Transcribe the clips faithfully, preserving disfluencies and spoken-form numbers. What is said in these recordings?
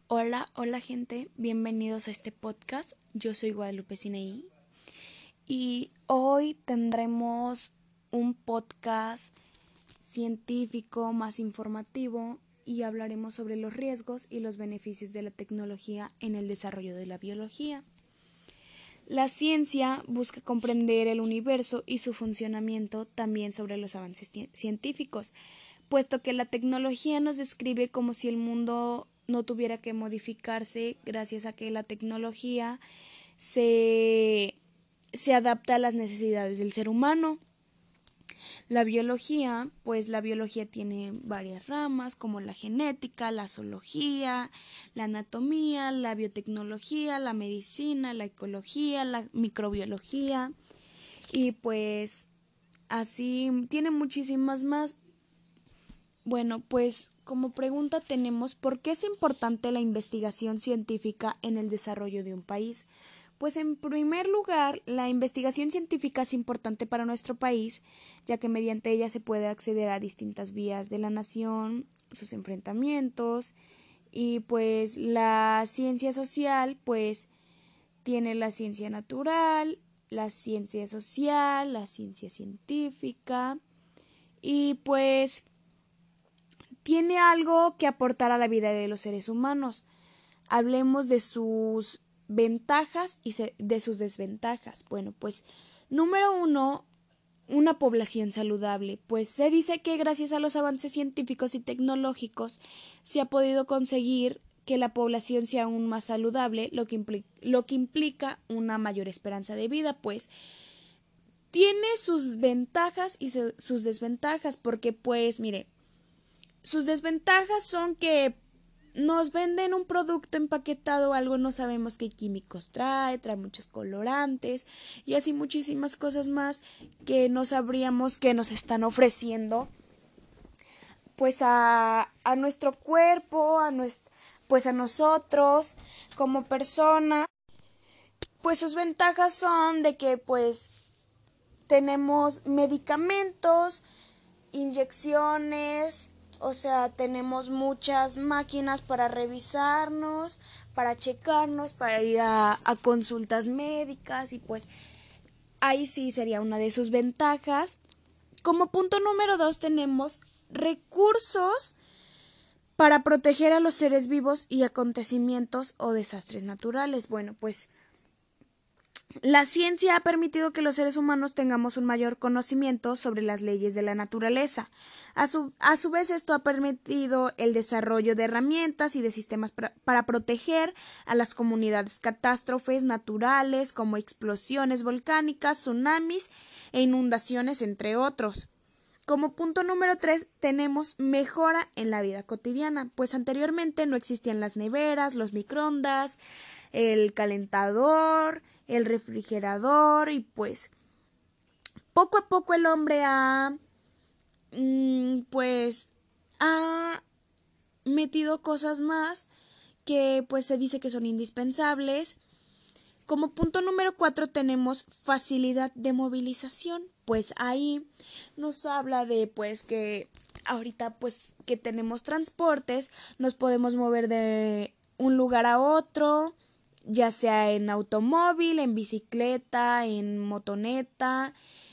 Hola, hola gente, bienvenidos a este podcast. Yo soy Guadalupe Cineí y hoy tendremos un podcast científico más informativo y hablaremos sobre los riesgos y los beneficios de la tecnología en el desarrollo de la biología. La ciencia busca comprender el universo y su funcionamiento también sobre los avances científicos, puesto que la tecnología nos describe como si el mundo no tuviera que modificarse gracias a que la tecnología se, se adapta a las necesidades del ser humano. La biología, pues la biología tiene varias ramas como la genética, la zoología, la anatomía, la biotecnología, la medicina, la ecología, la microbiología y pues así tiene muchísimas más. Bueno, pues como pregunta tenemos ¿por qué es importante la investigación científica en el desarrollo de un país? Pues en primer lugar, la investigación científica es importante para nuestro país, ya que mediante ella se puede acceder a distintas vías de la nación, sus enfrentamientos, y pues la ciencia social, pues tiene la ciencia natural, la ciencia social, la ciencia científica, y pues tiene algo que aportar a la vida de los seres humanos. Hablemos de sus ventajas y de sus desventajas. Bueno, pues número uno, una población saludable. Pues se dice que gracias a los avances científicos y tecnológicos se ha podido conseguir que la población sea aún más saludable, lo que implica, lo que implica una mayor esperanza de vida, pues tiene sus ventajas y se, sus desventajas, porque pues mire, sus desventajas son que nos venden un producto empaquetado o algo, no sabemos qué químicos trae, trae muchos colorantes y así muchísimas cosas más que no sabríamos que nos están ofreciendo pues a, a nuestro cuerpo, a nuestro, pues a nosotros como persona. Pues sus ventajas son de que pues tenemos medicamentos, inyecciones, o sea, tenemos muchas máquinas para revisarnos, para checarnos, para ir a, a consultas médicas y pues ahí sí sería una de sus ventajas. Como punto número dos tenemos recursos para proteger a los seres vivos y acontecimientos o desastres naturales. Bueno, pues la ciencia ha permitido que los seres humanos tengamos un mayor conocimiento sobre las leyes de la naturaleza. A su, a su vez, esto ha permitido el desarrollo de herramientas y de sistemas para, para proteger a las comunidades catástrofes naturales como explosiones volcánicas, tsunamis e inundaciones, entre otros. Como punto número tres tenemos mejora en la vida cotidiana, pues anteriormente no existían las neveras, los microondas, el calentador, el refrigerador y pues poco a poco el hombre ha mmm, pues ha metido cosas más que pues se dice que son indispensables. Como punto número cuatro tenemos facilidad de movilización, pues ahí nos habla de pues que ahorita pues que tenemos transportes, nos podemos mover de un lugar a otro, ya sea en automóvil, en bicicleta, en motoneta,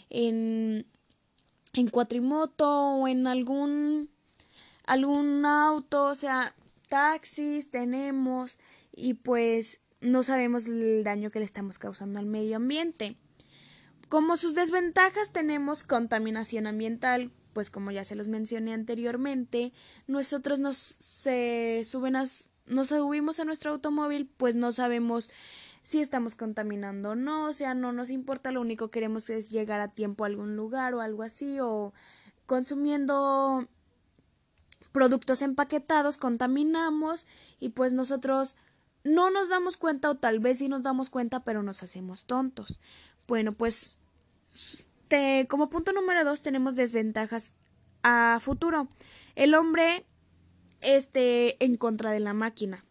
en, en cuatrimoto o en algún, algún auto, o sea, taxis tenemos y pues no sabemos el daño que le estamos causando al medio ambiente. Como sus desventajas tenemos contaminación ambiental, pues como ya se los mencioné anteriormente, nosotros nos se suben a, nos subimos a nuestro automóvil, pues no sabemos si estamos contaminando o no, o sea, no nos importa, lo único que queremos es llegar a tiempo a algún lugar o algo así, o consumiendo productos empaquetados contaminamos y pues nosotros no nos damos cuenta o tal vez sí nos damos cuenta pero nos hacemos tontos. Bueno, pues te, como punto número dos tenemos desventajas a futuro. El hombre este, en contra de la máquina.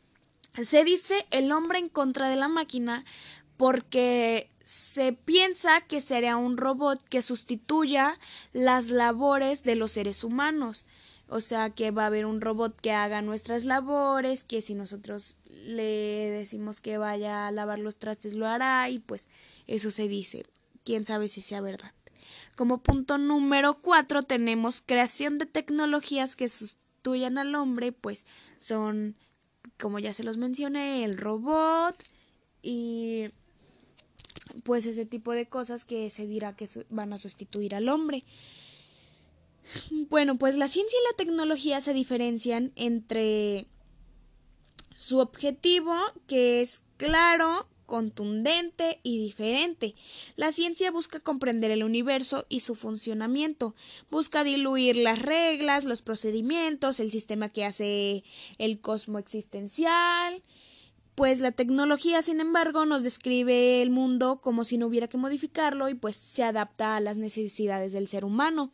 Se dice el hombre en contra de la máquina porque se piensa que será un robot que sustituya las labores de los seres humanos. O sea que va a haber un robot que haga nuestras labores, que si nosotros le decimos que vaya a lavar los trastes lo hará y pues eso se dice. Quién sabe si sea verdad. Como punto número cuatro tenemos creación de tecnologías que sustituyan al hombre, pues son, como ya se los mencioné, el robot y pues ese tipo de cosas que se dirá que van a sustituir al hombre. Bueno, pues la ciencia y la tecnología se diferencian entre su objetivo, que es claro, contundente y diferente. La ciencia busca comprender el universo y su funcionamiento, busca diluir las reglas, los procedimientos, el sistema que hace el cosmos existencial. Pues la tecnología, sin embargo, nos describe el mundo como si no hubiera que modificarlo y pues se adapta a las necesidades del ser humano.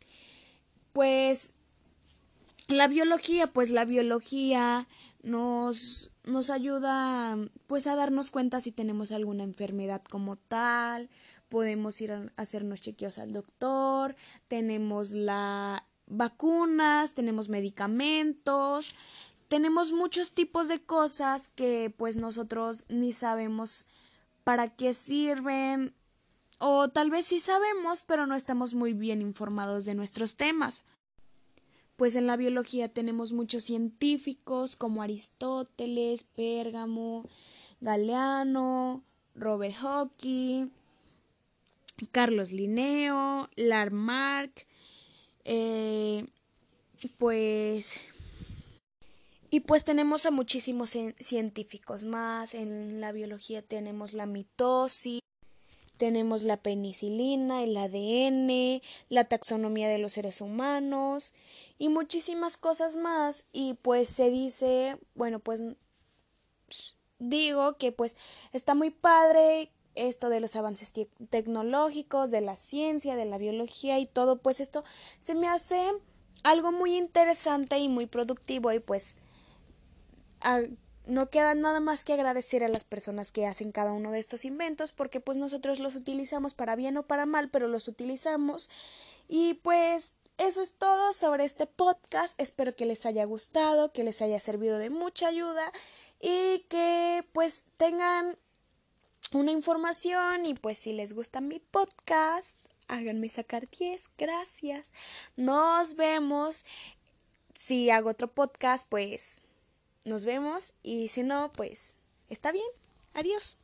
Pues la biología, pues la biología nos, nos ayuda pues a darnos cuenta si tenemos alguna enfermedad como tal, podemos ir a hacernos chequeos al doctor, tenemos las vacunas, tenemos medicamentos, tenemos muchos tipos de cosas que pues nosotros ni sabemos para qué sirven o tal vez sí sabemos pero no estamos muy bien informados de nuestros temas. Pues en la biología tenemos muchos científicos como Aristóteles, Pérgamo, Galeano, Robert Hooke, Carlos Linneo, Lamarck, eh, pues y pues tenemos a muchísimos científicos más. En la biología tenemos la mitosis, tenemos la penicilina, el A D N, la taxonomía de los seres humanos y muchísimas cosas más. Y pues se dice, bueno, pues digo que pues está muy padre esto de los avances te- tecnológicos, de la ciencia, de la biología y todo, pues esto se me hace algo muy interesante y muy productivo y pues a, no queda nada más que agradecer a las personas que hacen cada uno de estos inventos porque pues nosotros los utilizamos para bien o para mal, pero los utilizamos y pues eso es todo sobre este podcast. Espero que les haya gustado, que les haya servido de mucha ayuda y que pues tengan una información y pues si les gusta mi podcast, háganme sacar diez. Gracias. Nos vemos. Si hago otro podcast, pues nos vemos y si no, pues está bien. Adiós.